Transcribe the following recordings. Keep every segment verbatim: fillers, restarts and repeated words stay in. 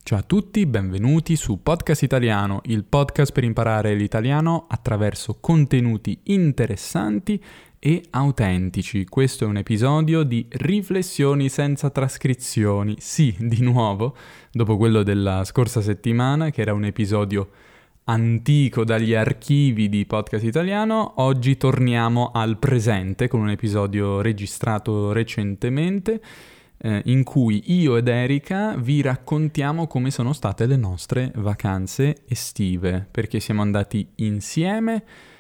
Ciao a tutti, benvenuti su Podcast Italiano, il podcast per imparare l'italiano attraverso contenuti interessanti e autentici. Questo è un episodio di riflessioni senza trascrizioni. Sì, di nuovo, dopo quello della scorsa settimana, che era un episodio antico dagli archivi di Podcast Italiano, oggi torniamo al presente con un episodio registrato recentemente, Eh, in cui io ed Erika vi raccontiamo come sono state le nostre vacanze estive, perché siamo andati insieme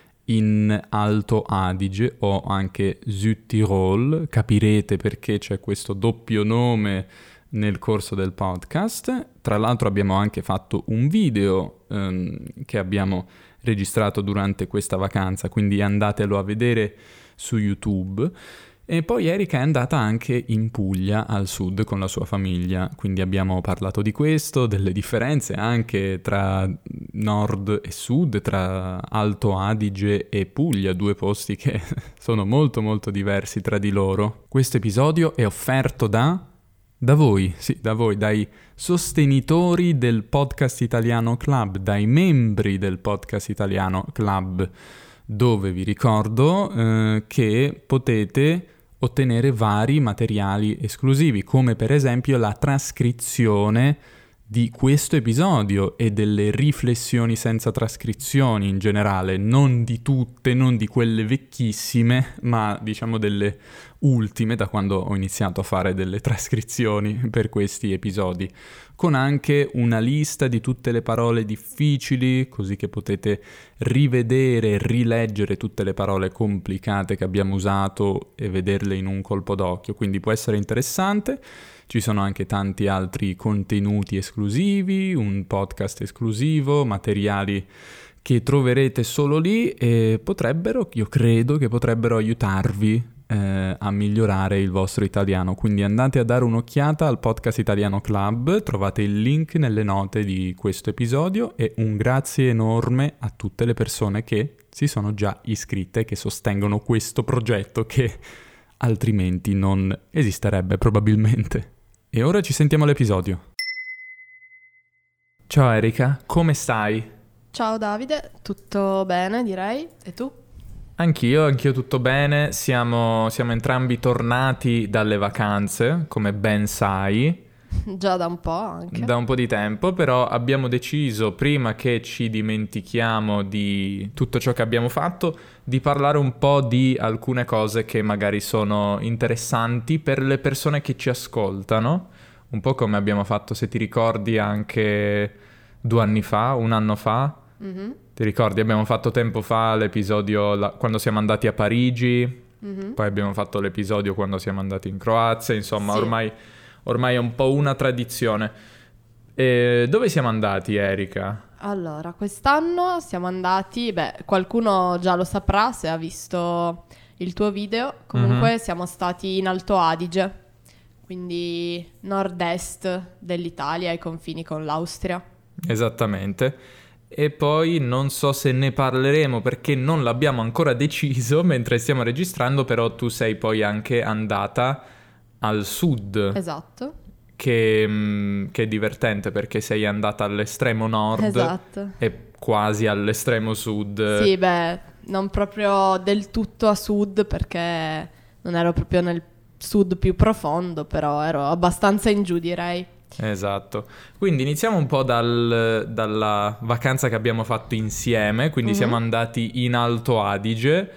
in Alto Adige o anche Südtirol, capirete perché c'è questo doppio nome nel corso del podcast. Tra l'altro abbiamo anche fatto un video ehm, che abbiamo registrato durante questa vacanza, quindi andatelo a vedere su YouTube. E poi Erika è andata anche in Puglia, al sud, con la sua famiglia, quindi abbiamo parlato di questo, delle differenze anche tra nord e sud, tra Alto Adige e Puglia, due posti che sono molto molto diversi tra di loro. Questo episodio è offerto da... da voi, sì, da voi, dai sostenitori del Podcast Italiano Club, dai membri del Podcast Italiano Club, dove vi ricordo eh, che potete ottenere vari materiali esclusivi, come per esempio la trascrizione di questo episodio e delle riflessioni senza trascrizioni in generale, non di tutte, non di quelle vecchissime, ma diciamo delle ultime, da quando ho iniziato a fare delle trascrizioni per questi episodi, con anche una lista di tutte le parole difficili, così che potete rivedere e rileggere tutte le parole complicate che abbiamo usato e vederle in un colpo d'occhio, quindi può essere interessante. Ci sono anche tanti altri contenuti esclusivi, un podcast esclusivo, materiali che troverete solo lì e potrebbero, io credo che potrebbero aiutarvi eh, a migliorare il vostro italiano. Quindi andate a dare un'occhiata al Podcast Italiano Club, trovate il link nelle note di questo episodio e un grazie enorme a tutte le persone che si sono già iscritte, che sostengono questo progetto che altrimenti non esisterebbe probabilmente. E ora ci sentiamo l'episodio. Ciao Erika, come stai? Ciao Davide, tutto bene direi, e tu? Anch'io, anch'io tutto bene, siamo, siamo entrambi tornati dalle vacanze, come ben sai. Già da un po' anche. Da un po' di tempo, però abbiamo deciso, prima che ci dimentichiamo di tutto ciò che abbiamo fatto, di parlare un po' di alcune cose che magari sono interessanti per le persone che ci ascoltano, un po' come abbiamo fatto, se ti ricordi, anche due anni fa, un anno fa. Mm-hmm. Ti ricordi? Abbiamo fatto tempo fa l'episodio la... quando siamo andati a Parigi, mm-hmm. Poi abbiamo fatto l'episodio quando siamo andati in Croazia, insomma, sì. ormai... Ormai è un po' una tradizione. E dove siamo andati, Erika? Allora, quest'anno siamo andati, beh, qualcuno già lo saprà se ha visto il tuo video. Comunque mm-hmm. siamo stati in Alto Adige, quindi nord-est dell'Italia, ai confini con l'Austria. Esattamente. E poi non so se ne parleremo perché non l'abbiamo ancora deciso mentre stiamo registrando, però tu sei poi anche andata al sud. Esatto. Che, mh, che è divertente perché sei andata all'estremo nord. Esatto. E quasi all'estremo sud. Sì, beh, non proprio del tutto a sud perché non ero proprio nel sud più profondo, però ero abbastanza in giù, direi. Esatto. Quindi iniziamo un po' dal, dalla vacanza che abbiamo fatto insieme, quindi mm-hmm. siamo andati in Alto Adige.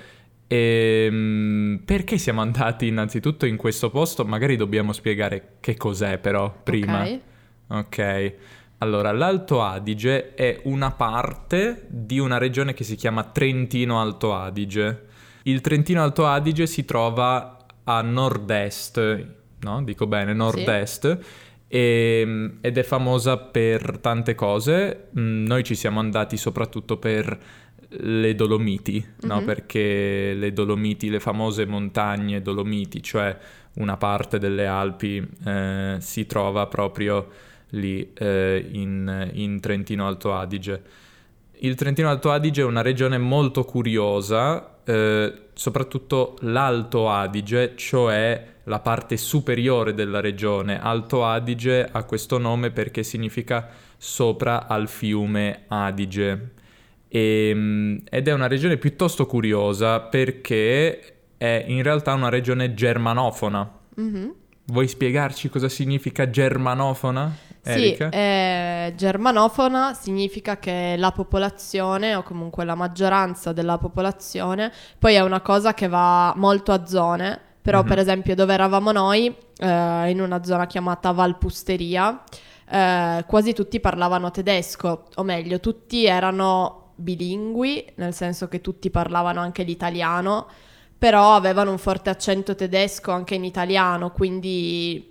E perché siamo andati innanzitutto in questo posto? Magari dobbiamo spiegare che cos'è però prima. Ok. Ok. Allora, l'Alto Adige è una parte di una regione che si chiama Trentino Alto Adige. Il Trentino Alto Adige si trova a nord-est, no? Dico bene, nord-est. Sì. E, ed è famosa per tante cose. Noi ci siamo andati soprattutto per le Dolomiti, no? Mm-hmm. Perché le Dolomiti, le famose montagne Dolomiti, cioè una parte delle Alpi, eh, si trova proprio lì eh, in, in Trentino Alto Adige. Il Trentino Alto Adige è una regione molto curiosa, eh, soprattutto l'Alto Adige, cioè la parte superiore della regione. Alto Adige ha questo nome perché significa sopra al fiume Adige. E, ed è una regione piuttosto curiosa perché è in realtà una regione germanofona. Mm-hmm. Vuoi spiegarci cosa significa germanofona, Erika? Sì, eh, germanofona significa che la popolazione, o comunque la maggioranza della popolazione, poi è una cosa che va molto a zone, però mm-hmm. per esempio dove eravamo noi, eh, in una zona chiamata Valpusteria, eh, quasi tutti parlavano tedesco, o meglio, tutti erano bilingui, nel senso che tutti parlavano anche l'italiano, però avevano un forte accento tedesco anche in italiano, quindi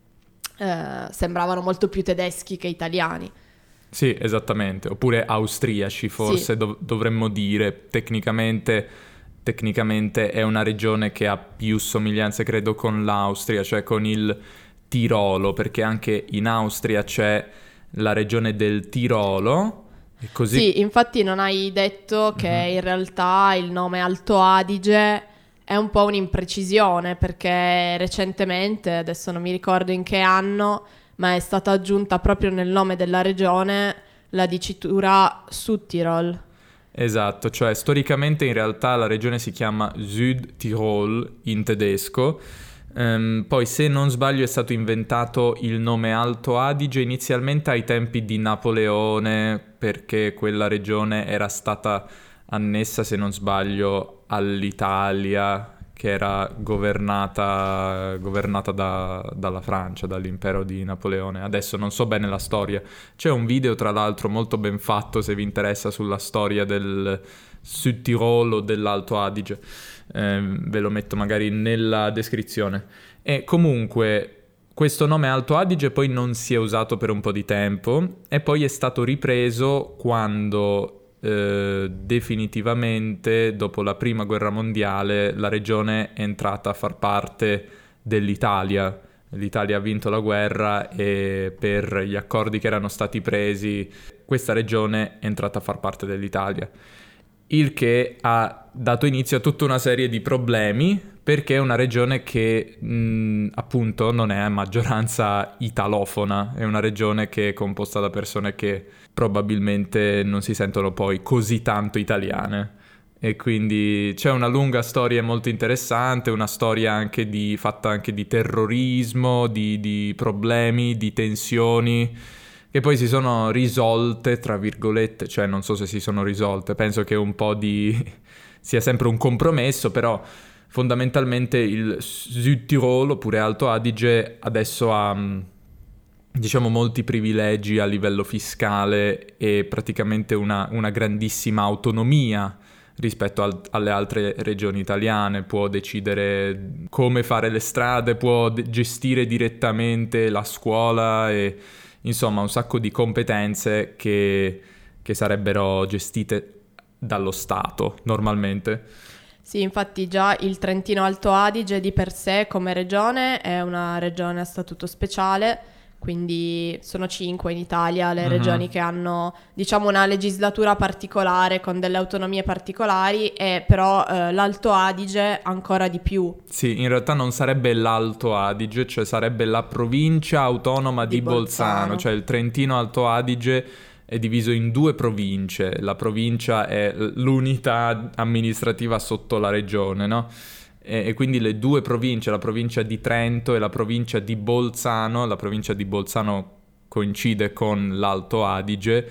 eh, sembravano molto più tedeschi che italiani. Sì, esattamente, oppure austriaci forse sì. dov- dovremmo dire, tecnicamente, tecnicamente è una regione che ha più somiglianze credo con l'Austria, cioè con il Tirolo, perché anche in Austria c'è la regione del Tirolo. E così... Sì, infatti non hai detto che mm-hmm. in realtà il nome Alto Adige è un po' un'imprecisione, perché recentemente, adesso non mi ricordo in che anno, ma è stata aggiunta proprio nel nome della regione la dicitura Südtirol. Esatto, cioè storicamente in realtà la regione si chiama Südtirol in tedesco, um, poi se non sbaglio è stato inventato il nome Alto Adige inizialmente ai tempi di Napoleone, perché quella regione era stata annessa, se non sbaglio, all'Italia, che era governata, governata da, dalla Francia, dall'impero di Napoleone. Adesso non so bene la storia. C'è un video, tra l'altro, molto ben fatto, se vi interessa, sulla storia del Südtirol o dell'Alto Adige. Eh, ve lo metto magari nella descrizione. E comunque... questo nome Alto Adige poi non si è usato per un po' di tempo e poi è stato ripreso quando eh, definitivamente dopo la prima guerra mondiale la regione è entrata a far parte dell'Italia. L'Italia ha vinto la guerra e per gli accordi che erano stati presi questa regione è entrata a far parte dell'Italia. Il che ha dato inizio a tutta una serie di problemi, perché è una regione che mh, appunto non è a maggioranza italofona, è una regione che è composta da persone che probabilmente non si sentono poi così tanto italiane. E quindi c'è una lunga storia molto interessante, una storia anche di, fatta anche di terrorismo, di, di problemi, di tensioni, che poi si sono risolte, tra virgolette, cioè non so se si sono risolte, penso che un po' di... sia sempre un compromesso, però fondamentalmente il Südtirol, oppure Alto Adige, adesso ha, diciamo, molti privilegi a livello fiscale e praticamente una, una grandissima autonomia rispetto al, alle altre regioni italiane. Può decidere come fare le strade, può de- gestire direttamente la scuola e... insomma, un sacco di competenze che, che sarebbero gestite dallo Stato, normalmente. Sì, infatti già il Trentino Alto Adige di per sé come regione è una regione a statuto speciale, quindi sono cinque in Italia le uh-huh. regioni che hanno, diciamo, una legislatura particolare con delle autonomie particolari, e però eh, l'Alto Adige ancora di più. Sì, in realtà non sarebbe l'Alto Adige, cioè sarebbe la provincia autonoma di, di Bolzano. Bolzano, cioè il Trentino Alto Adige è diviso in due province, la provincia è l'unità amministrativa sotto la regione, no? E, e quindi le due province, la provincia di Trento e la provincia di Bolzano, la provincia di Bolzano coincide con l'Alto Adige,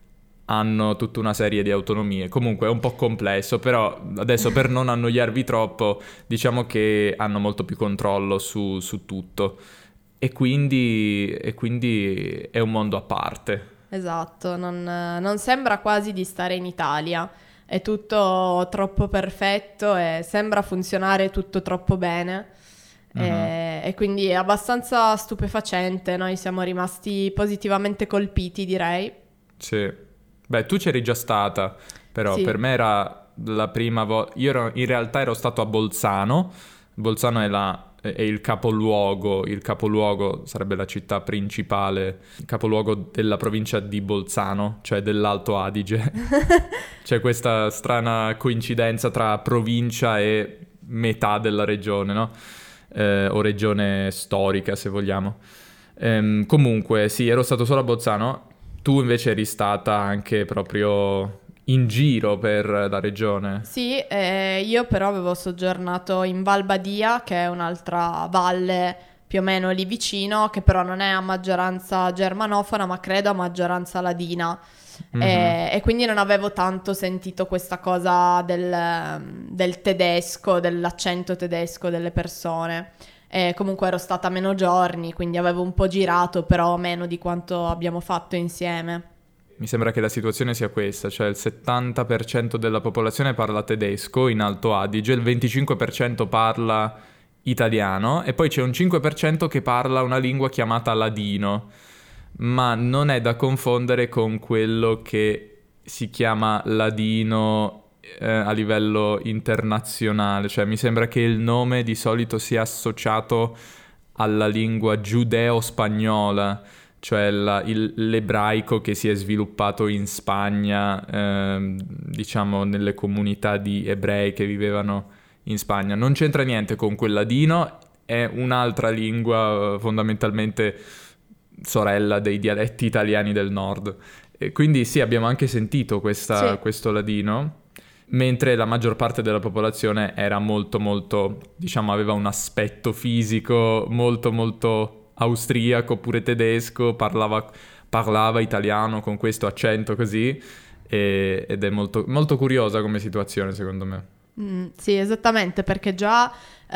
hanno tutta una serie di autonomie. Comunque è un po' complesso, però adesso per non annoiarvi troppo, diciamo che hanno molto più controllo su, su tutto. E quindi, e quindi è un mondo a parte. Esatto, non, non sembra quasi di stare in Italia, è tutto troppo perfetto e sembra funzionare tutto troppo bene, uh-huh. e, e quindi è abbastanza stupefacente, noi siamo rimasti positivamente colpiti, direi. Sì, beh, tu c'eri già stata, però sì. Per me era la prima volta, io ero, in realtà ero stato a Bolzano, Bolzano è la è il capoluogo, il capoluogo sarebbe la città principale, il capoluogo della provincia di Bolzano, cioè dell'Alto Adige. C'è questa strana coincidenza tra provincia e metà della regione, no? Eh, o regione storica, se vogliamo. Ehm, comunque, sì, ero stato solo a Bolzano, tu invece eri stata anche proprio in giro per la regione. Sì, eh, io però avevo soggiornato in Val Badia, che è un'altra valle più o meno lì vicino, che però non è a maggioranza germanofona, ma credo a maggioranza ladina. Mm-hmm. E, e quindi non avevo tanto sentito questa cosa del, del tedesco, dell'accento tedesco delle persone. E comunque ero stata meno giorni, quindi avevo un po' girato, però meno di quanto abbiamo fatto insieme. Mi sembra che la situazione sia questa, cioè il settanta per cento della popolazione parla tedesco in Alto Adige, il venticinque per cento parla italiano e poi c'è un cinque per cento che parla una lingua chiamata ladino, ma non è da confondere con quello che si chiama ladino eh, a livello internazionale, cioè mi sembra che il nome di solito sia associato alla lingua giudeo-spagnola, cioè la, il, l'ebraico che si è sviluppato in Spagna, eh, diciamo nelle comunità di ebrei che vivevano in Spagna. Non c'entra niente con quel ladino, è un'altra lingua fondamentalmente sorella dei dialetti italiani del nord. E quindi sì, abbiamo anche sentito questa, sì. questo ladino, mentre la maggior parte della popolazione era molto molto, diciamo, aveva un aspetto fisico molto molto austriaco oppure tedesco, parlava, parlava italiano con questo accento così e, ed è molto, molto curiosa come situazione secondo me. Mm, sì, esattamente, perché già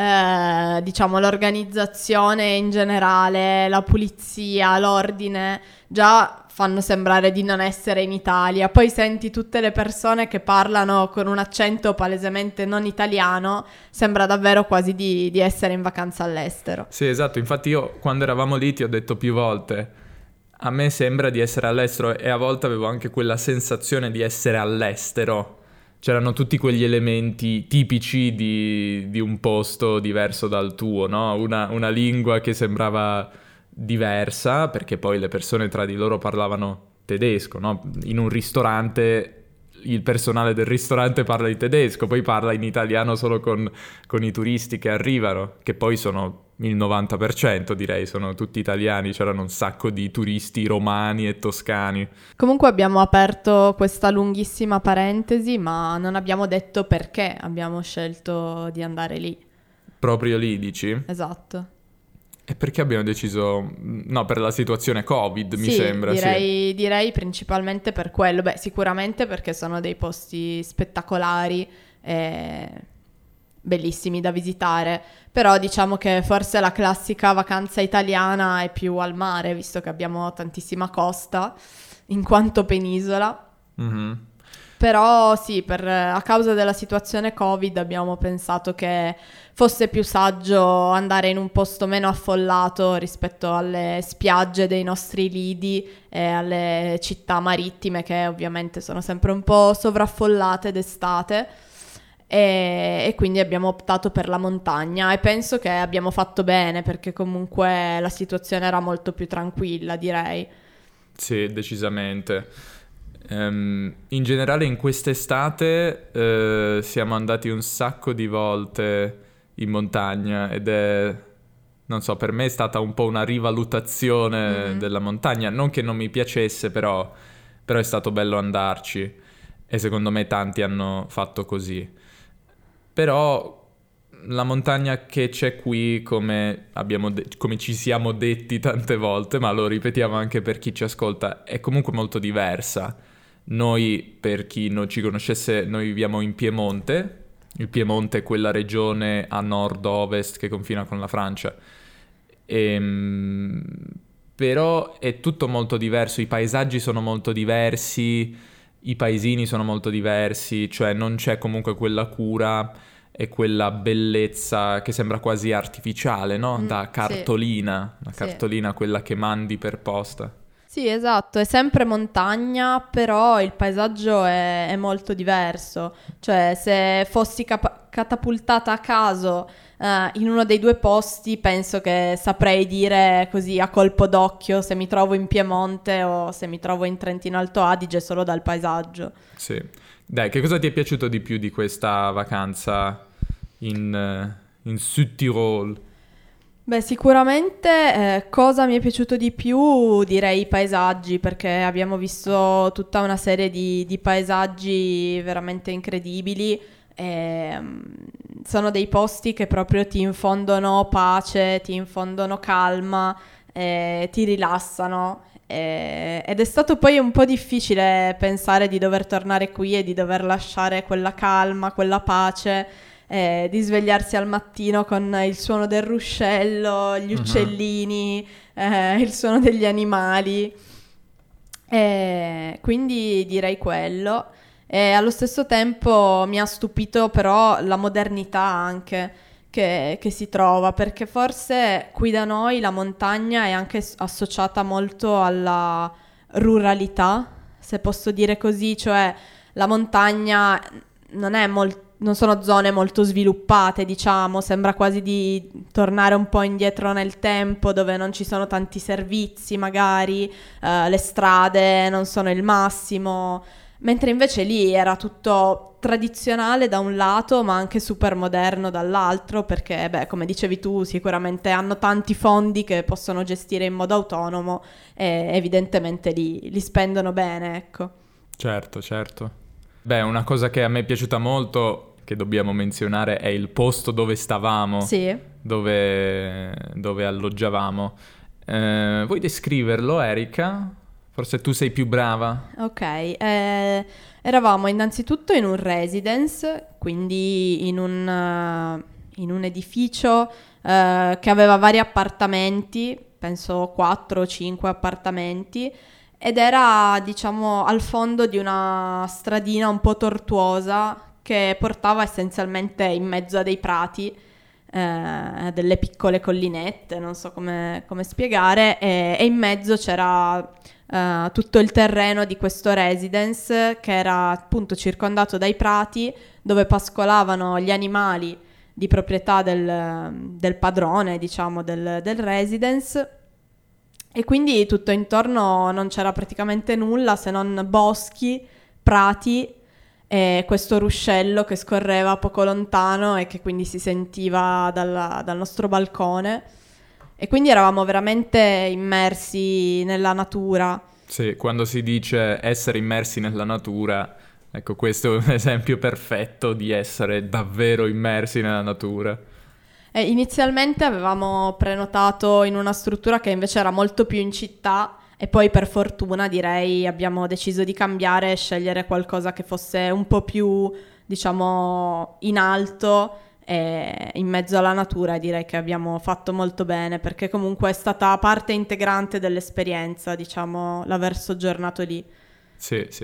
eh, diciamo l'organizzazione in generale, la pulizia, l'ordine già fanno sembrare di non essere in Italia. Poi senti tutte le persone che parlano con un accento palesemente non italiano, sembra davvero quasi di, di essere in vacanza all'estero. Sì, esatto, infatti io quando eravamo lì ti ho detto più volte, a me sembra di essere all'estero e a volte avevo anche quella sensazione di essere all'estero. C'erano tutti quegli elementi tipici di, di un posto diverso dal tuo, no? Una, una lingua che sembrava diversa, perché poi le persone tra di loro parlavano tedesco, no? In un ristorante il personale del ristorante parla in tedesco, poi parla in italiano solo con, con i turisti che arrivano, che poi sono il novanta per cento direi, sono tutti italiani, c'erano un sacco di turisti romani e toscani. Comunque abbiamo aperto questa lunghissima parentesi, ma non abbiamo detto perché abbiamo scelto di andare lì. Proprio lì, dici? Esatto. E perché abbiamo deciso... No, per la situazione Covid, sì, mi sembra. Direi, sì, direi principalmente per quello. Beh, sicuramente perché sono dei posti spettacolari e bellissimi da visitare. Però diciamo che forse la classica vacanza italiana è più al mare, visto che abbiamo tantissima costa, in quanto penisola. Mm-hmm. Però sì, per, a causa della situazione Covid abbiamo pensato che fosse più saggio andare in un posto meno affollato rispetto alle spiagge dei nostri lidi e alle città marittime che ovviamente sono sempre un po' sovraffollate d'estate e, e quindi abbiamo optato per la montagna e penso che abbiamo fatto bene perché comunque la situazione era molto più tranquilla, direi. Sì, decisamente. Um, in generale in quest'estate uh, siamo andati un sacco di volte in montagna ed è, non so, per me è stata un po' una rivalutazione mm-hmm. della montagna, non che non mi piacesse, però, però è stato bello andarci e secondo me tanti hanno fatto così. Però la montagna che c'è qui, come, abbiamo de- come ci siamo detti tante volte, ma lo ripetiamo anche per chi ci ascolta, è comunque molto diversa. Noi, per chi non ci conoscesse, noi viviamo in Piemonte. Il Piemonte è quella regione a nord-ovest che confina con la Francia. E, però è tutto molto diverso, i paesaggi sono molto diversi, i paesini sono molto diversi, cioè non c'è comunque quella cura e quella bellezza che sembra quasi artificiale, no? Da mm, cartolina, sì. La cartolina, sì. Quella che mandi per posta. Sì, esatto, è sempre montagna, però il paesaggio è, è molto diverso. Cioè, se fossi capa- catapultata a caso uh, in uno dei due posti, penso che saprei dire così a colpo d'occhio se mi trovo in Piemonte o se mi trovo in Trentino Alto Adige solo dal paesaggio. Sì. Dai, che cosa ti è piaciuto di più di questa vacanza in, uh, in Südtirol? Beh, sicuramente eh, cosa mi è piaciuto di più, direi i paesaggi, perché abbiamo visto tutta una serie di, di paesaggi veramente incredibili. E, um, sono dei posti che proprio ti infondono pace, ti infondono calma, eh, ti rilassano. E, ed è stato poi un po' difficile pensare di dover tornare qui e di dover lasciare quella calma, quella pace. Eh, di svegliarsi al mattino con il suono del ruscello, gli uccellini, uh-huh. eh, il suono degli animali. E quindi direi quello. E allo stesso tempo mi ha stupito però la modernità anche che, che si trova, perché forse qui da noi la montagna è anche associata molto alla ruralità, se posso dire così, cioè la montagna non è molto non sono zone molto sviluppate, diciamo, sembra quasi di tornare un po' indietro nel tempo, dove non ci sono tanti servizi magari, uh, le strade non sono il massimo, mentre invece lì era tutto tradizionale da un lato, ma anche super moderno dall'altro, perché, beh, come dicevi tu, sicuramente hanno tanti fondi che possono gestire in modo autonomo e evidentemente li, li spendono bene, ecco. Certo, certo. Beh, una cosa che a me è piaciuta molto, che dobbiamo menzionare, è il posto dove stavamo, sì. dove, dove alloggiavamo. Eh, vuoi descriverlo, Erika? Forse tu sei più brava. Ok, eh, eravamo innanzitutto in un residence, quindi in un, uh, in un edificio uh, che aveva vari appartamenti, penso quattro o cinque appartamenti, ed era, diciamo, al fondo di una stradina un po' tortuosa che portava essenzialmente in mezzo a dei prati, eh, delle piccole collinette, non so come, come spiegare, e, e in mezzo c'era eh, tutto il terreno di questo residence che era appunto circondato dai prati dove pascolavano gli animali di proprietà del, del padrone, diciamo, del, del residence. E quindi tutto intorno non c'era praticamente nulla se non boschi, prati e questo ruscello che scorreva poco lontano e che quindi si sentiva dalla, dal nostro balcone. E quindi eravamo veramente immersi nella natura. Sì, quando si dice essere immersi nella natura, ecco, questo è un esempio perfetto di essere davvero immersi nella natura. E inizialmente avevamo prenotato in una struttura che invece era molto più in città e poi per fortuna direi abbiamo deciso di cambiare e scegliere qualcosa che fosse un po' più, diciamo, in alto e in mezzo alla natura. Direi che abbiamo fatto molto bene perché comunque è stata parte integrante dell'esperienza, diciamo, l'aver soggiornato lì. Sì, sì.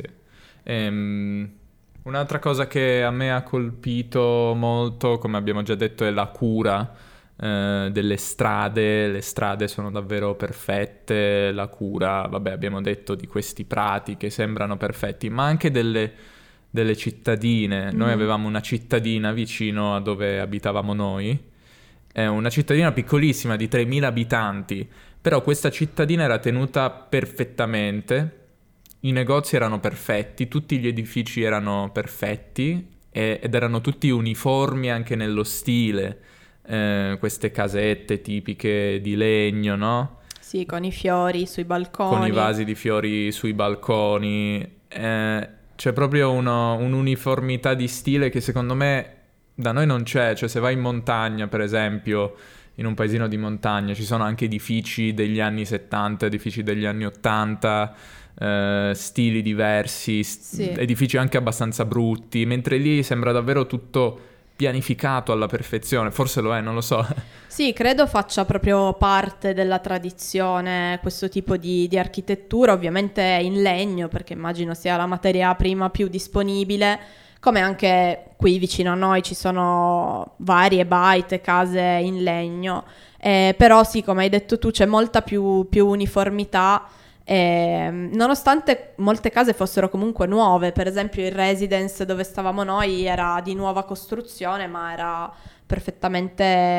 Ehm... Un'altra cosa che a me ha colpito molto, come abbiamo già detto, è la cura eh, delle strade. Le strade sono davvero perfette, la cura, vabbè, abbiamo detto di questi prati che sembrano perfetti, ma anche delle, delle cittadine. Mm. Noi avevamo una cittadina vicino a dove abitavamo noi, è una cittadina piccolissima di tremila abitanti, però questa cittadina era tenuta perfettamente. I negozi erano perfetti, tutti gli edifici erano perfetti e, ed erano tutti uniformi anche nello stile, eh, queste casette tipiche di legno, no? Sì, con i fiori sui balconi. Con i vasi di fiori sui balconi. Eh, c'è proprio uno, un'uniformità di stile che secondo me da noi non c'è. Cioè se vai in montagna, per esempio, in un paesino di montagna, ci sono anche edifici degli anni settanta, edifici degli anni ottanta, Uh, stili diversi, st- sì. edifici anche abbastanza brutti, mentre lì sembra davvero tutto pianificato alla perfezione. Forse lo è, non lo so. Sì, credo faccia proprio parte della tradizione questo tipo di, di architettura, ovviamente in legno, perché immagino sia la materia prima più disponibile, come anche qui vicino a noi ci sono varie baite, case in legno, eh, però sì, come hai detto tu, c'è molta più, più uniformità. E, nonostante molte case fossero comunque nuove, per esempio il residence dove stavamo noi era di nuova costruzione, ma era perfettamente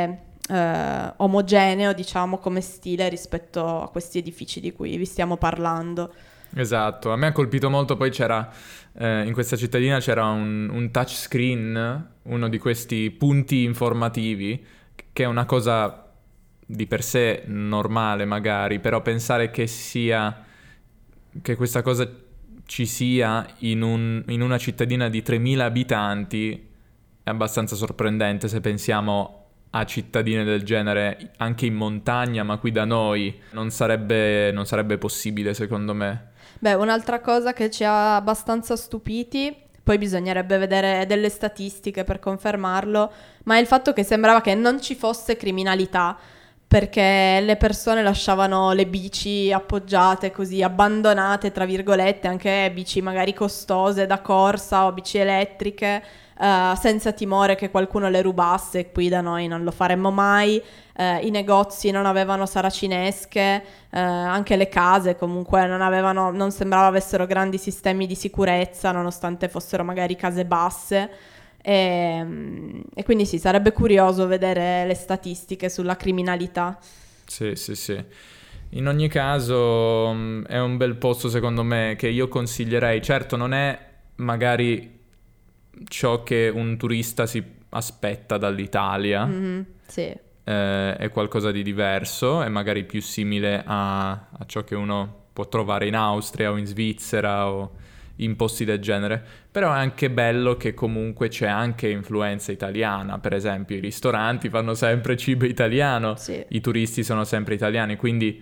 eh, omogeneo, diciamo, come stile rispetto a questi edifici di cui vi stiamo parlando. Esatto, a me ha colpito molto, poi c'era eh, in questa cittadina c'era un, un touchscreen, uno di questi punti informativi, che è una cosa di per sé normale magari, però pensare che sia che questa cosa ci sia in, un, in una cittadina di tremila abitanti è abbastanza sorprendente se pensiamo a cittadine del genere anche in montagna, ma qui da noi non sarebbe, non sarebbe possibile secondo me. Beh, un'altra cosa che ci ha abbastanza stupiti, poi bisognerebbe vedere delle statistiche per confermarlo, ma è il fatto che sembrava che non ci fosse criminalità, perché le persone lasciavano le bici appoggiate così, abbandonate tra virgolette, anche bici magari costose da corsa o bici elettriche, eh, senza timore che qualcuno le rubasse. Qui da noi non lo faremmo mai, eh, i negozi non avevano saracinesche, eh, anche le case comunque non avevano, non sembrava avessero grandi sistemi di sicurezza, nonostante fossero magari case basse. E, e quindi sì, sarebbe curioso vedere le statistiche sulla criminalità. Sì, sì, sì. In ogni caso è un bel posto secondo me che io consiglierei. Certo non è magari ciò che un turista si aspetta dall'Italia, mm-hmm, sì. eh, è qualcosa di diverso, è magari più simile a, a ciò che uno può trovare in Austria o in Svizzera o in posti del genere, però è anche bello che comunque c'è anche influenza italiana. Per esempio i ristoranti fanno sempre cibo italiano, sì. I turisti sono sempre italiani, quindi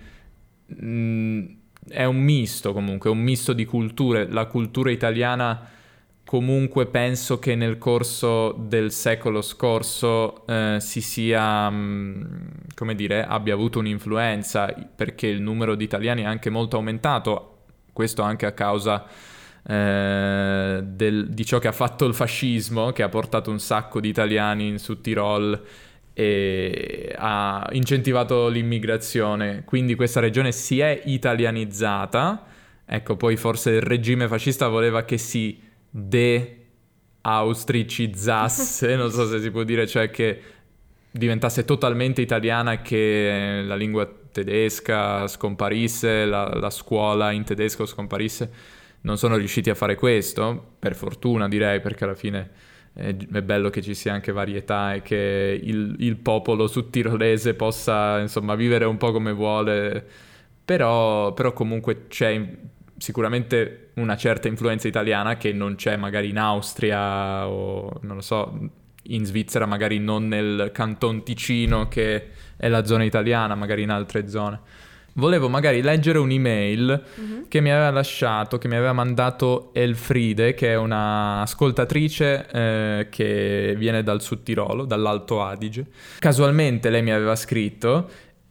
mh, è un misto comunque, un misto di culture. La cultura italiana comunque penso che nel corso del secolo scorso eh, si sia, mh, come dire, abbia avuto un'influenza, perché il numero di italiani è anche molto aumentato, questo anche a causa Eh, del, di ciò che ha fatto il fascismo, che ha portato un sacco di italiani in Sud Tirol e ha incentivato l'immigrazione, quindi questa regione si è italianizzata. Ecco, poi forse il regime fascista voleva che si de-austricizzasse, non so se si può dire, cioè che diventasse totalmente italiana e che la lingua tedesca scomparisse, la, la scuola in tedesco scomparisse. Non sono riusciti a fare questo, per fortuna direi, perché alla fine è, è bello che ci sia anche varietà e che il, il popolo sudtirolese possa insomma vivere un po' come vuole, però, però comunque c'è sicuramente una certa influenza italiana che non c'è magari in Austria o non lo so, in Svizzera, magari non nel Canton Ticino che è la zona italiana, magari in altre zone. Volevo magari leggere un'email mm-hmm. che mi aveva lasciato, che mi aveva mandato Elfriede, che è una ascoltatrice eh, che viene dal Sud Tirolo, dall'Alto Adige. Casualmente lei mi aveva scritto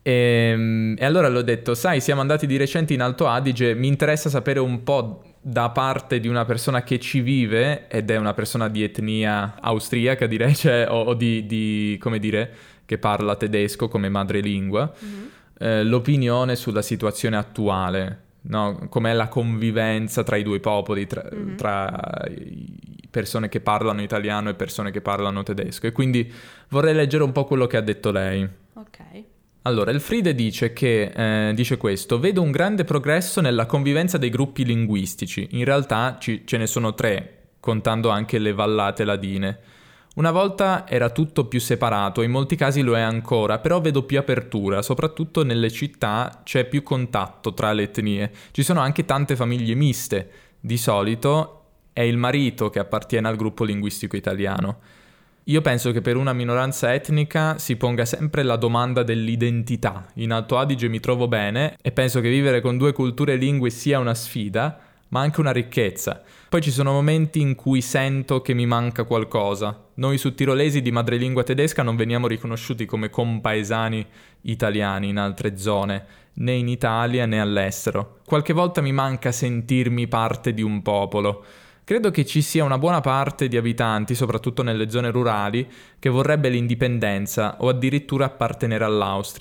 e, e allora le ho detto: sai, siamo andati di recente in Alto Adige, mi interessa sapere un po' da parte di una persona che ci vive, ed è una persona di etnia austriaca direi, cioè, o, o di, di, come dire, che parla tedesco come madrelingua. Mm-hmm. Eh, l'opinione sulla situazione attuale, no? Com'è la convivenza tra i due popoli, tra, mm-hmm. tra persone che parlano italiano e persone che parlano tedesco, e quindi vorrei leggere un po' quello che ha detto lei. Ok. Allora, Elfriede dice che, eh, dice questo: vedo un grande progresso nella convivenza dei gruppi linguistici, in realtà ci, ce ne sono tre, contando anche le vallate ladine. Una volta era tutto più separato, in molti casi lo è ancora, però vedo più apertura, soprattutto nelle città c'è più contatto tra le etnie. Ci sono anche tante famiglie miste, di solito è il marito che appartiene al gruppo linguistico italiano. Io penso che per una minoranza etnica si ponga sempre la domanda dell'identità. In Alto Adige mi trovo bene e penso che vivere con due culture e lingue sia una sfida, ma anche una ricchezza. Poi ci sono momenti in cui sento che mi manca qualcosa. Noi sudtirolesi di madrelingua tedesca non veniamo riconosciuti come compaesani italiani in altre zone, né in Italia né all'estero. Qualche volta mi manca sentirmi parte di un popolo. Credo che ci sia una buona parte di abitanti, soprattutto nelle zone rurali, che vorrebbe l'indipendenza o addirittura appartenere all'Austria.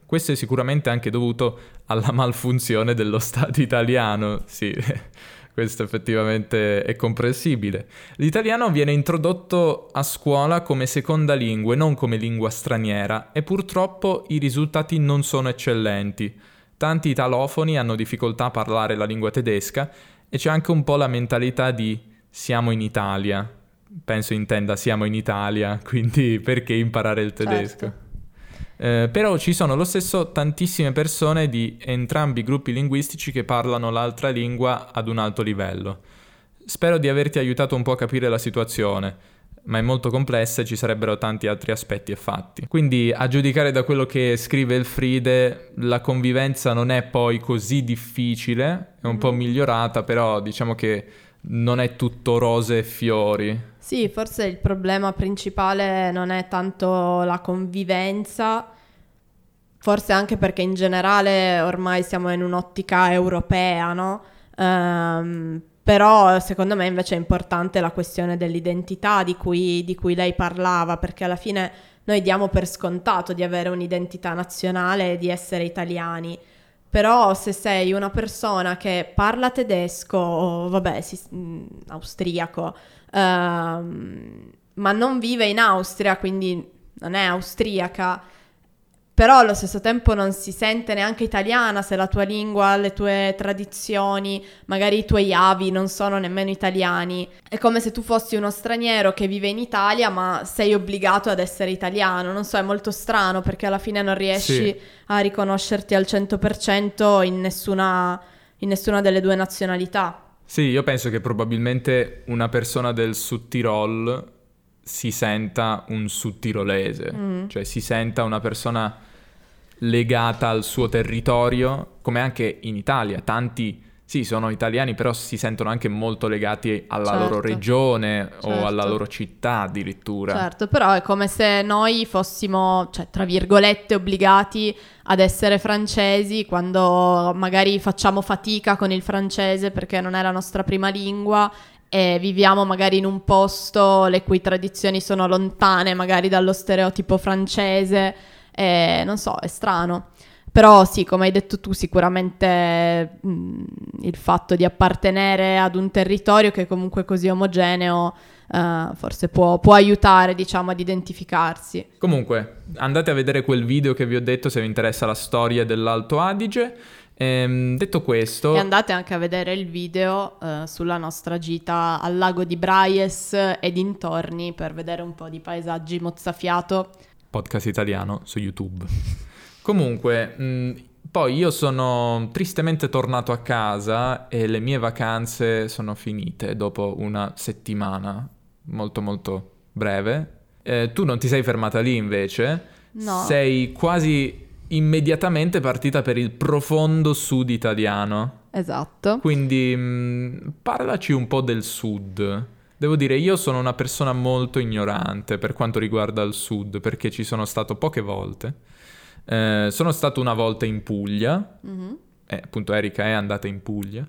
Questo è sicuramente anche dovuto alla malfunzione dello Stato italiano, sì, questo effettivamente è comprensibile. L'italiano viene introdotto a scuola come seconda lingua e non come lingua straniera e purtroppo i risultati non sono eccellenti. Tanti italofoni hanno difficoltà a parlare la lingua tedesca e c'è anche un po' la mentalità di siamo in Italia. Penso intenda siamo in Italia, quindi perché imparare il tedesco? Certo. Eh, però ci sono lo stesso tantissime persone di entrambi i gruppi linguistici che parlano l'altra lingua ad un alto livello. Spero di averti aiutato un po' a capire la situazione, ma è molto complessa e ci sarebbero tanti altri aspetti e fatti. Quindi, a giudicare da quello che scrive Elfriede, la convivenza non è poi così difficile, è un mm. po' migliorata, però diciamo che non è tutto rose e fiori. Sì, forse il problema principale non è tanto la convivenza, forse anche perché in generale ormai siamo in un'ottica europea, no? Um, però secondo me invece è importante la questione dell'identità di cui, di cui lei parlava, perché alla fine noi diamo per scontato di avere un'identità nazionale e di essere italiani. Però se sei una persona che parla tedesco o vabbè, si, mh, austriaco, ehm, ma non vive in Austria, quindi non è austriaca, però allo stesso tempo non si sente neanche italiana se la tua lingua, le tue tradizioni, magari i tuoi avi non sono nemmeno italiani. È come se tu fossi uno straniero che vive in Italia ma sei obbligato ad essere italiano. Non so, è molto strano perché alla fine non riesci sì. a riconoscerti al cento per cento in nessuna, in nessuna delle due nazionalità. Sì, io penso che probabilmente una persona del Sud Tirol si senta un sudtirolese, mm. cioè si senta una persona legata al suo territorio, come anche in Italia. Tanti, sì, sono italiani, però si sentono anche molto legati alla certo. loro regione certo. o alla loro città addirittura. Certo, però è come se noi fossimo, cioè, tra virgolette, obbligati ad essere francesi quando magari facciamo fatica con il francese perché non è la nostra prima lingua e viviamo magari in un posto le cui tradizioni sono lontane magari dallo stereotipo francese, e non so, è strano. Però sì, come hai detto tu, sicuramente mh, il fatto di appartenere ad un territorio che è comunque così omogeneo uh, forse può, può aiutare, diciamo, ad identificarsi. Comunque, andate a vedere quel video che vi ho detto se vi interessa la storia dell'Alto Adige. Ehm, detto questo... E andate anche a vedere il video uh, sulla nostra gita al lago di Braies e dintorni per vedere un po' di paesaggi mozzafiato. Podcast italiano su YouTube. Comunque, mh, poi io sono tristemente tornato a casa e le mie vacanze sono finite dopo una settimana molto molto breve. Eh, tu non ti sei fermata lì invece? No. Sei quasi immediatamente partita per il profondo sud italiano. Esatto. Quindi mh, parlaci un po' del sud. Devo dire, io sono una persona molto ignorante per quanto riguarda il sud, perché ci sono stato poche volte. Eh, sono stato una volta in Puglia, mm-hmm. eh, appunto Erika è andata in Puglia,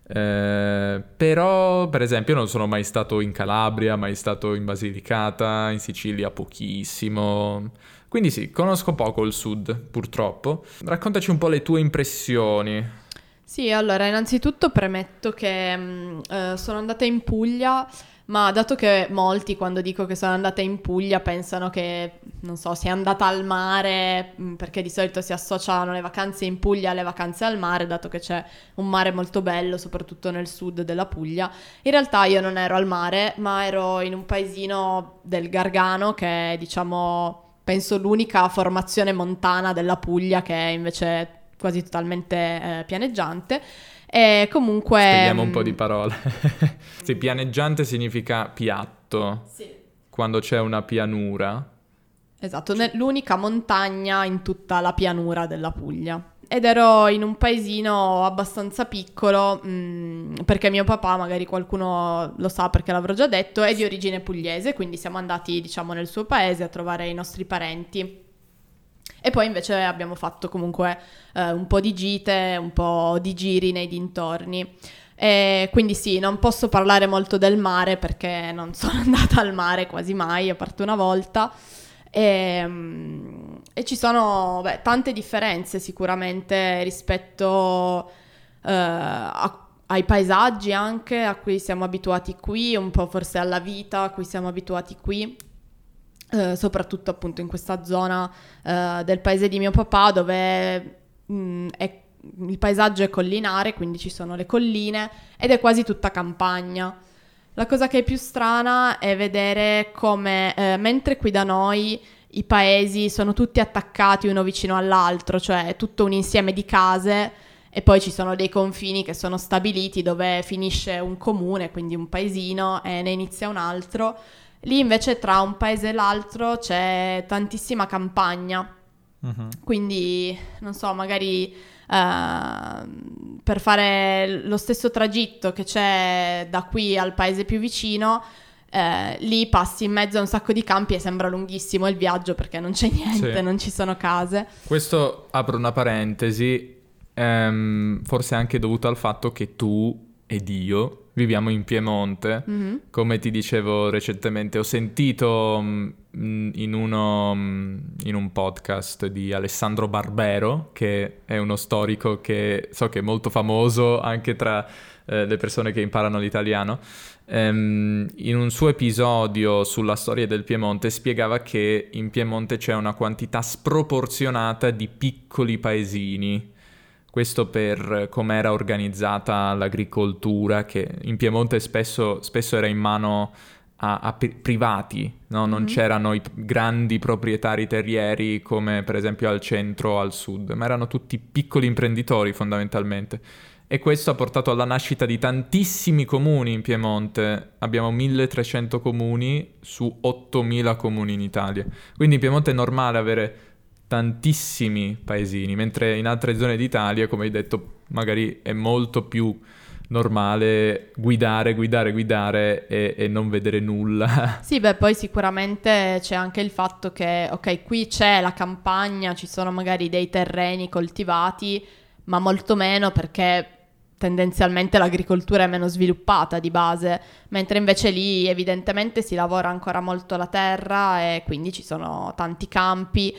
eh, però per esempio non sono mai stato in Calabria, mai stato in Basilicata, in Sicilia pochissimo. Quindi sì, conosco poco il sud, purtroppo. Raccontaci un po' le tue impressioni. Sì, allora, innanzitutto premetto che mh, eh, sono andata in Puglia, ma dato che molti quando dico che sono andata in Puglia pensano che, non so, sia andata al mare, mh, perché di solito si associano le vacanze in Puglia alle vacanze al mare, dato che c'è un mare molto bello, soprattutto nel sud della Puglia. In realtà io non ero al mare, ma ero in un paesino del Gargano, che è, diciamo, penso l'unica formazione montana della Puglia, che è invece quasi totalmente eh, pianeggiante. E comunque spieghiamo un po' di parole. Sì, pianeggiante significa piatto. Sì. Quando c'è una pianura. Esatto, ne- l'unica montagna in tutta la pianura della Puglia. Ed ero in un paesino abbastanza piccolo, mh, perché mio papà, magari qualcuno lo sa perché l'avrò già detto, è di origine pugliese, quindi siamo andati, diciamo, nel suo paese a trovare i nostri parenti. E poi invece abbiamo fatto comunque eh, un po' di gite, un po' di giri nei dintorni. E quindi sì, non posso parlare molto del mare perché non sono andata al mare quasi mai, a parte una volta. E, e ci sono beh, tante differenze sicuramente rispetto eh, a, ai paesaggi anche a cui siamo abituati qui, un po' forse alla vita a cui siamo abituati qui, eh, soprattutto appunto in questa zona eh, del paese di mio papà dove mh, è, il paesaggio è collinare, quindi ci sono le colline ed è quasi tutta campagna. La cosa che è più strana è vedere come eh, mentre qui da noi i paesi sono tutti attaccati uno vicino all'altro, cioè è tutto un insieme di case e poi ci sono dei confini che sono stabiliti dove finisce un comune, quindi un paesino, e ne inizia un altro. Lì invece tra un paese e l'altro c'è tantissima campagna, uh-huh. Quindi non so, magari uh, per fare lo stesso tragitto che c'è da qui al paese più vicino, Eh, lì passi in mezzo a un sacco di campi e sembra lunghissimo il viaggio perché non c'è niente, sì. Non ci sono case. Questo, apro una parentesi, ehm, forse anche dovuto al fatto che tu ed io viviamo in Piemonte. Mm-hmm. Come ti dicevo recentemente, ho sentito mh, in uno mh, in un podcast di Alessandro Barbero, che è uno storico che so che è molto famoso anche tra eh, le persone che imparano l'italiano. Um, in un suo episodio sulla storia del Piemonte spiegava che in Piemonte c'è una quantità sproporzionata di piccoli paesini. Questo per come era organizzata l'agricoltura, che in Piemonte spesso, spesso era in mano a, a pri- privati, no? Non mm-hmm. c'erano i grandi proprietari terrieri come per esempio al centro o al sud, ma erano tutti piccoli imprenditori fondamentalmente. E questo ha portato alla nascita di tantissimi comuni in Piemonte. Abbiamo milletrecento comuni su ottomila comuni in Italia. Quindi in Piemonte è normale avere tantissimi paesini, mentre in altre zone d'Italia, come hai detto, magari è molto più normale guidare, guidare, guidare e, e non vedere nulla. Sì, beh, poi sicuramente c'è anche il fatto che, ok, qui c'è la campagna, ci sono magari dei terreni coltivati, ma molto meno perché tendenzialmente l'agricoltura è meno sviluppata di base, mentre invece lì evidentemente si lavora ancora molto la terra e quindi ci sono tanti campi.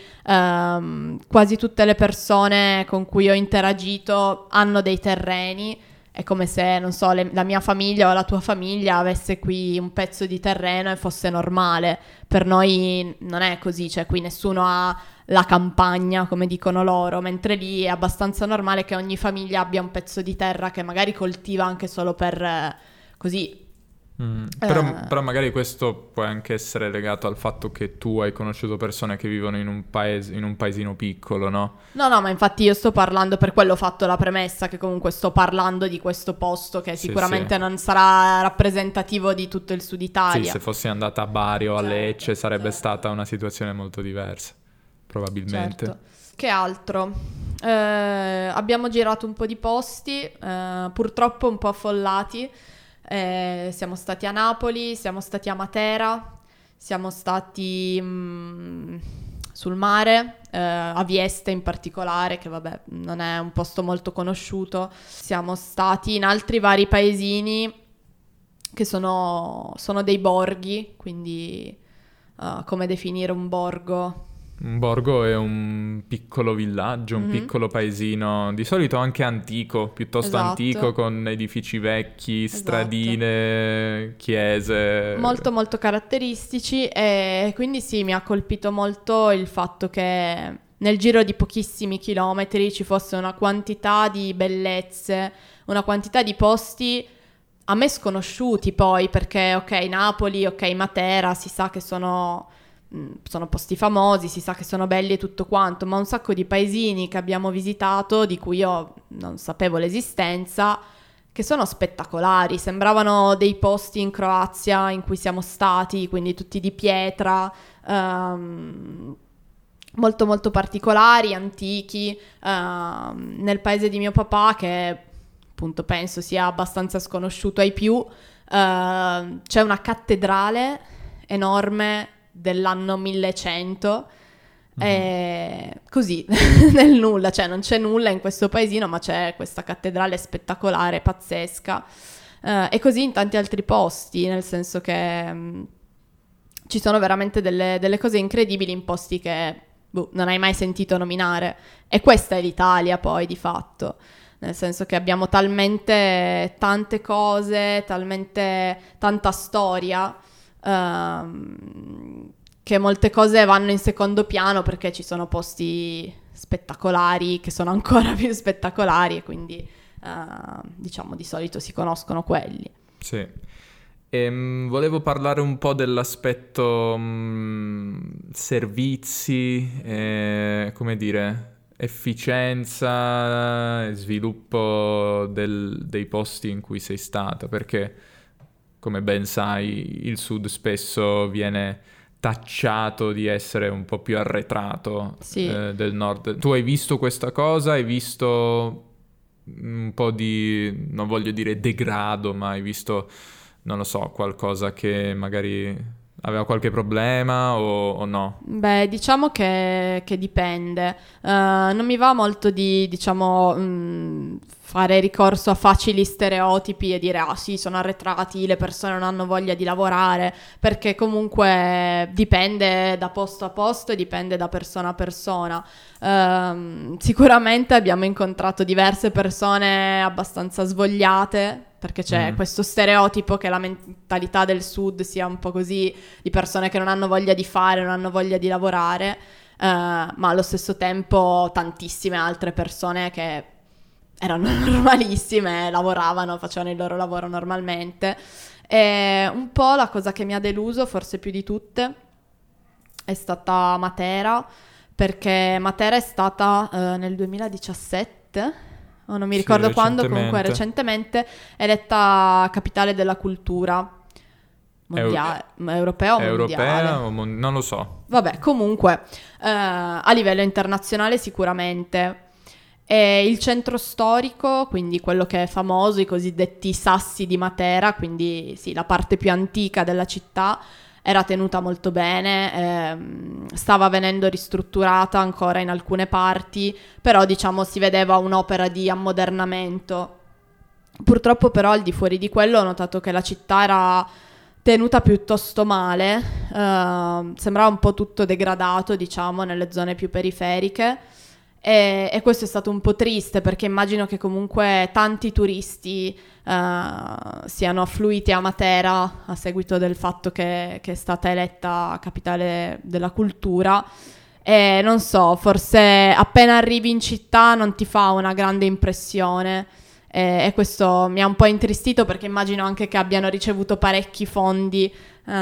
Um, quasi tutte le persone con cui ho interagito hanno dei terreni. È come se, non so, le, la mia famiglia o la tua famiglia avesse qui un pezzo di terreno e fosse normale. Per noi non è così, cioè qui nessuno ha la campagna, come dicono loro, mentre lì è abbastanza normale che ogni famiglia abbia un pezzo di terra che magari coltiva anche solo per eh, così. Mm, però, uh, però magari questo può anche essere legato al fatto che tu hai conosciuto persone che vivono in un paese, in un paesino piccolo, no? No, no, ma infatti io sto parlando, per quello ho fatto la premessa che comunque sto parlando di questo posto che sì, sicuramente sì. non sarà rappresentativo di tutto il sud Italia. Sì, se fossi andata a Bari o a certo, Lecce sarebbe certo. stata una situazione molto diversa, probabilmente. Certo. Che altro? Eh, abbiamo girato un po' di posti, eh, purtroppo un po' affollati. Eh, siamo stati a Napoli, siamo stati a Matera, siamo stati mh, sul mare, eh, a Vieste in particolare, che vabbè non è un posto molto conosciuto. Siamo stati in altri vari paesini che sono, sono dei borghi, quindi uh, come definire un borgo? Un borgo è un piccolo villaggio, un mm-hmm. piccolo paesino, di solito anche antico, piuttosto esatto. antico, con edifici vecchi, esatto. stradine, chiese. Molto molto caratteristici, e quindi sì, mi ha colpito molto il fatto che nel giro di pochissimi chilometri ci fosse una quantità di bellezze, una quantità di posti a me sconosciuti poi, perché ok, Napoli, ok, Matera, si sa che sono... sono posti famosi, si sa che sono belli e tutto quanto, ma un sacco di paesini che abbiamo visitato di cui io non sapevo l'esistenza, che sono spettacolari, sembravano dei posti in Croazia in cui siamo stati, quindi tutti di pietra, um, molto molto particolari, antichi. Um, nel paese di mio papà, che appunto penso sia abbastanza sconosciuto ai più, uh, c'è una cattedrale enorme dell'anno millecento, mm-hmm. e così nel nulla, cioè non c'è nulla in questo paesino, ma c'è questa cattedrale spettacolare, pazzesca, uh, e così in tanti altri posti, nel senso che um, ci sono veramente delle, delle cose incredibili in posti che boh, non hai mai sentito nominare. E questa è l'Italia poi di fatto, nel senso che abbiamo talmente tante cose, talmente tanta storia, ehm, che molte cose vanno in secondo piano perché ci sono posti spettacolari che sono ancora più spettacolari e quindi eh, diciamo di solito si conoscono quelli. Sì. Ehm, volevo parlare un po' dell'aspetto mh, servizi, eh, come dire, efficienza e sviluppo del- dei posti in cui sei stata, perché come ben sai il sud spesso viene tacciato di essere un po' più arretrato Sì. eh, del nord. Tu hai visto questa cosa? Hai visto un po' di, non voglio dire degrado, ma hai visto, non lo so, qualcosa che magari aveva qualche problema o, o no? Beh, diciamo che, che dipende. Eh, non mi va molto di, diciamo, mh, fare ricorso a facili stereotipi e dire ah sì, sono arretrati, le persone non hanno voglia di lavorare, perché comunque dipende da posto a posto e dipende da persona a persona. Eh, sicuramente abbiamo incontrato diverse persone abbastanza svogliate, perché c'è Mm. questo stereotipo che la mentalità del sud sia un po' così, di persone che non hanno voglia di fare, non hanno voglia di lavorare, eh, ma allo stesso tempo tantissime altre persone che erano normalissime, lavoravano, facevano il loro lavoro normalmente. E un po' la cosa che mi ha deluso, forse più di tutte, è stata Matera, perché Matera è stata eh, nel duemiladiciassette, o non mi Sì, ricordo quando, comunque recentemente. recentemente, eletta capitale della cultura mondiale, europea o Europea mondiale. o mon- non lo so. Vabbè, comunque, eh, a livello internazionale sicuramente. E il centro storico, quindi quello che è famoso, i cosiddetti Sassi di Matera, quindi sì, la parte più antica della città, era tenuta molto bene, ehm, stava venendo ristrutturata ancora in alcune parti, però diciamo si vedeva un'opera di ammodernamento. Purtroppo però al di fuori di quello ho notato che la città era tenuta piuttosto male, eh, sembrava un po' tutto degradato, diciamo, nelle zone più periferiche. E, e questo è stato un po' triste perché immagino che comunque tanti turisti uh, siano affluiti a Matera a seguito del fatto che, che è stata eletta capitale della cultura e non so, forse appena arrivi in città non ti fa una grande impressione e, e questo mi ha un po' intristito perché immagino anche che abbiano ricevuto parecchi fondi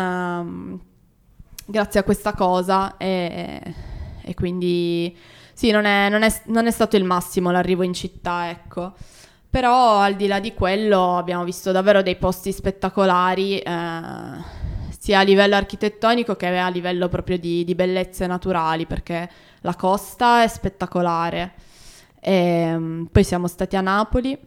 um, grazie a questa cosa e, e quindi sì, non è, non, è, non è stato il massimo l'arrivo in città, ecco. Però al di là di quello abbiamo visto davvero dei posti spettacolari, eh, sia a livello architettonico che a livello proprio di, di bellezze naturali, perché la costa è spettacolare. E, poi siamo stati a Napoli.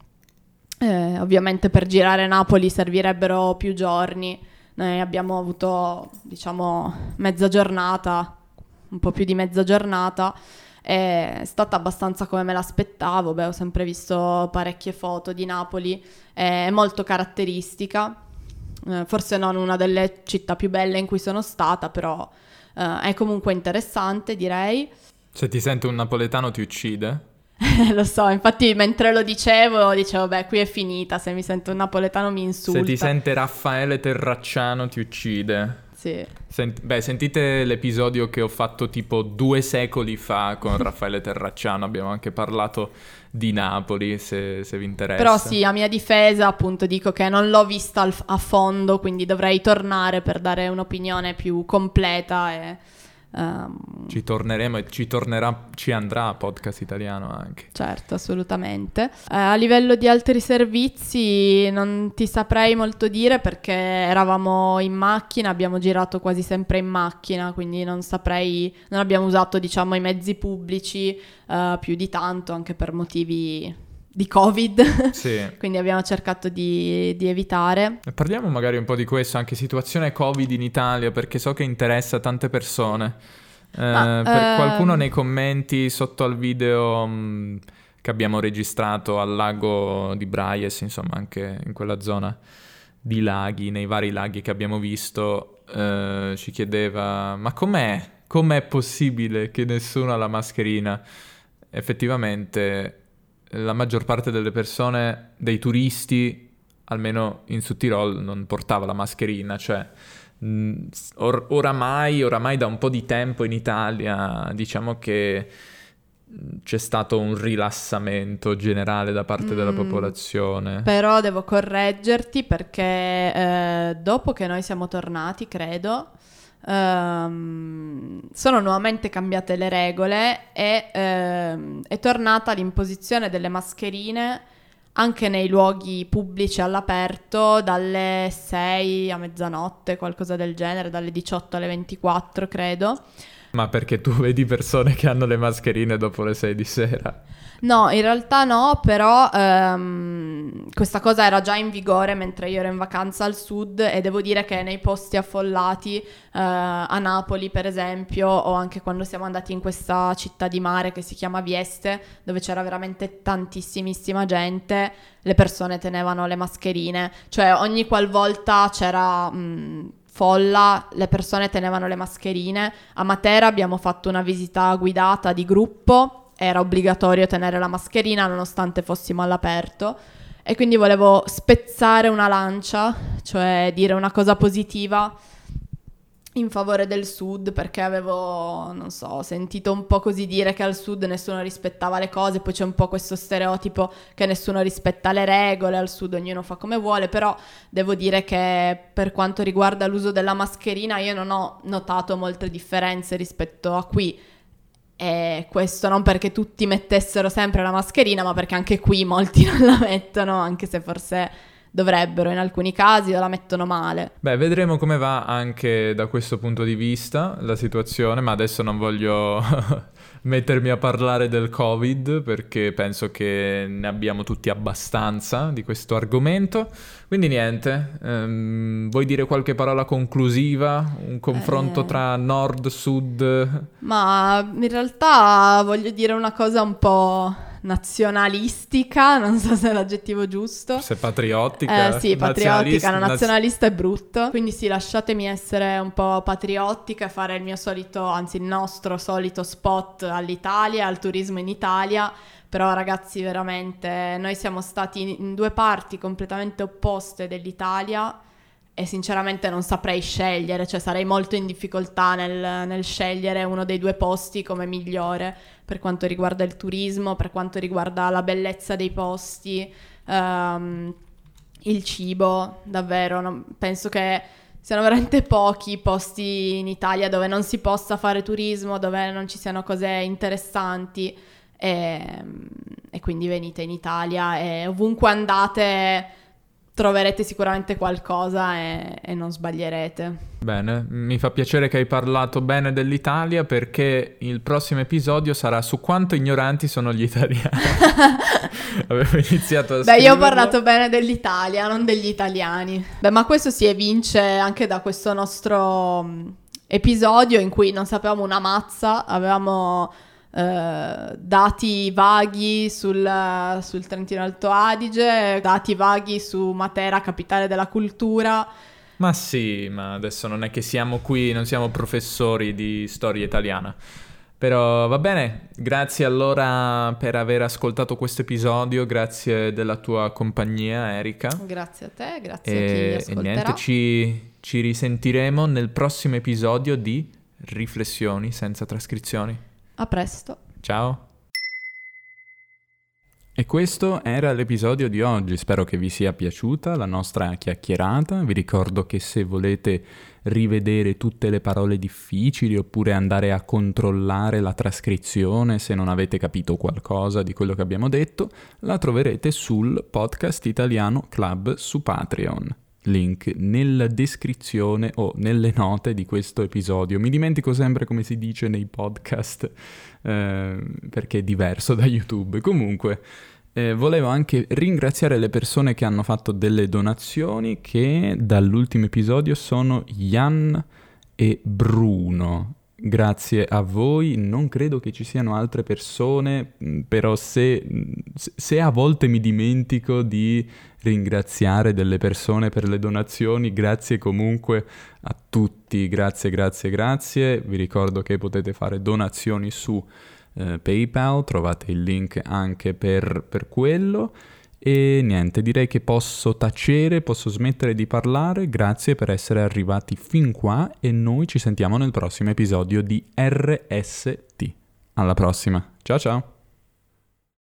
Eh, ovviamente per girare Napoli servirebbero più giorni. Noi abbiamo avuto, diciamo, mezza giornata, un po' più di mezza giornata. È stata abbastanza come me l'aspettavo. Beh, ho sempre visto parecchie foto di Napoli, è molto caratteristica, eh, forse non una delle città più belle in cui sono stata, però eh, è comunque interessante, direi. Se ti sente un napoletano ti uccide? Lo so, infatti mentre lo dicevo, dicevo, beh, qui è finita, se mi sento un napoletano mi insulta. Se ti sente Raffaele Terracciano ti uccide. Sì. Sent- beh, sentite l'episodio che ho fatto tipo due secoli fa con Raffaele Terracciano, abbiamo anche parlato di Napoli, se, se vi interessa. Però sì, a mia difesa appunto dico che non l'ho vista al- a fondo, quindi dovrei tornare per dare un'opinione più completa e... Um... Ci torneremo e ci tornerà, ci andrà Podcast Italiano anche. Certo, assolutamente. Eh, a livello di altri servizi non ti saprei molto dire perché eravamo in macchina, abbiamo girato quasi sempre in macchina, quindi non saprei, non abbiamo usato diciamo i mezzi pubblici eh, più di tanto anche per motivi di Covid, Sì. quindi abbiamo cercato di, di evitare. E parliamo magari un po' di questo, anche situazione Covid in Italia, perché so che interessa tante persone. Eh, Ma, per ehm... qualcuno nei commenti sotto al video mh, che abbiamo registrato al lago di Braies, insomma anche in quella zona di laghi, nei vari laghi che abbiamo visto, eh, ci chiedeva ma com'è com'è possibile che nessuno ha la mascherina? Effettivamente la maggior parte delle persone, dei turisti, almeno in Südtirol, non portava la mascherina, cioè mh, or- oramai, oramai da un po' di tempo in Italia diciamo che c'è stato un rilassamento generale da parte mm, della popolazione. Però devo correggerti perché eh, dopo che noi siamo tornati, credo, ehm, sono nuovamente cambiate le regole e ehm, è tornata l'imposizione delle mascherine anche nei luoghi pubblici all'aperto dalle sei a mezzanotte, qualcosa del genere, dalle diciotto alle ventiquattro, credo. Ma perché tu vedi persone che hanno le mascherine dopo le sei di sera? No, in realtà no, però ehm, questa cosa era già in vigore mentre io ero in vacanza al sud e devo dire che nei posti affollati, eh, a Napoli per esempio, o anche quando siamo andati in questa città di mare che si chiama Vieste, dove c'era veramente tantissimissima gente, le persone tenevano le mascherine, cioè ogni qualvolta c'era... Mh, folla, le persone tenevano le mascherine. A Matera abbiamo fatto una visita guidata di gruppo, era obbligatorio tenere la mascherina nonostante fossimo all'aperto e quindi volevo spezzare una lancia, cioè dire una cosa positiva in favore del sud, perché avevo, non so, sentito un po' così dire che al sud nessuno rispettava le cose, poi c'è un po' questo stereotipo che nessuno rispetta le regole, al sud ognuno fa come vuole, però devo dire che per quanto riguarda l'uso della mascherina io non ho notato molte differenze rispetto a qui, e questo non perché tutti mettessero sempre la mascherina, ma perché anche qui molti non la mettono, anche se forse... dovrebbero in alcuni casi o la mettono male. Beh, vedremo come va anche da questo punto di vista la situazione, ma adesso non voglio mettermi a parlare del Covid perché penso che ne abbiamo tutti abbastanza di questo argomento. Quindi niente, ehm, vuoi dire qualche parola conclusiva? Un confronto eh... tra nord, sud? Ma in realtà voglio dire una cosa un po' nazionalistica, non so se è l'aggettivo giusto. Se patriottica. Eh sì, patriottica, no, nazionalista è brutto. Quindi sì, lasciatemi essere un po' patriottica e fare il mio solito, anzi il nostro solito spot all'Italia, al turismo in Italia. Però ragazzi, veramente, noi siamo stati in due parti completamente opposte dell'Italia e sinceramente non saprei scegliere, cioè sarei molto in difficoltà nel, nel scegliere uno dei due posti come migliore per quanto riguarda il turismo, per quanto riguarda la bellezza dei posti, um, il cibo, davvero, non, penso che siano veramente pochi i posti in Italia dove non si possa fare turismo, dove non ci siano cose interessanti e, e quindi venite in Italia e ovunque andate troverete sicuramente qualcosa e, e non sbaglierete. Bene, mi fa piacere che hai parlato bene dell'Italia perché il prossimo episodio sarà su quanto ignoranti sono gli italiani. Avevo iniziato a Beh, scriverlo. io ho parlato bene dell'Italia, non degli italiani. Beh, ma questo si evince anche da questo nostro episodio in cui non sapevamo una mazza, avevamo... Uh, dati vaghi sul, sul Trentino Alto Adige, dati vaghi su Matera, capitale della cultura. Ma sì, ma adesso non è che siamo qui, non siamo professori di storia italiana. Però va bene, grazie allora per aver ascoltato questo episodio, grazie della tua compagnia Erika. Grazie a te, grazie e, a chi ascolterà. E niente, ci, ci risentiremo nel prossimo episodio di Riflessioni senza trascrizioni. A presto. Ciao. E questo era l'episodio di oggi, spero che vi sia piaciuta la nostra chiacchierata. Vi ricordo che se volete rivedere tutte le parole difficili oppure andare a controllare la trascrizione se non avete capito qualcosa di quello che abbiamo detto, la troverete sul Podcast Italiano Club su Patreon. Link nella descrizione o nelle note di questo episodio. Mi dimentico sempre come si dice nei podcast eh, perché è diverso da YouTube. Comunque eh, volevo anche ringraziare le persone che hanno fatto delle donazioni, che dall'ultimo episodio sono Jan e Bruno. Grazie a voi, non credo che ci siano altre persone, però se, se a volte mi dimentico di ringraziare delle persone per le donazioni, grazie comunque a tutti tutti, grazie, grazie, grazie. Vi ricordo che potete fare donazioni su eh, PayPal, trovate il link anche per, per quello. E niente, direi che posso tacere, posso smettere di parlare. Grazie per essere arrivati fin qua e noi ci sentiamo nel prossimo episodio di R S T. Alla prossima, ciao ciao!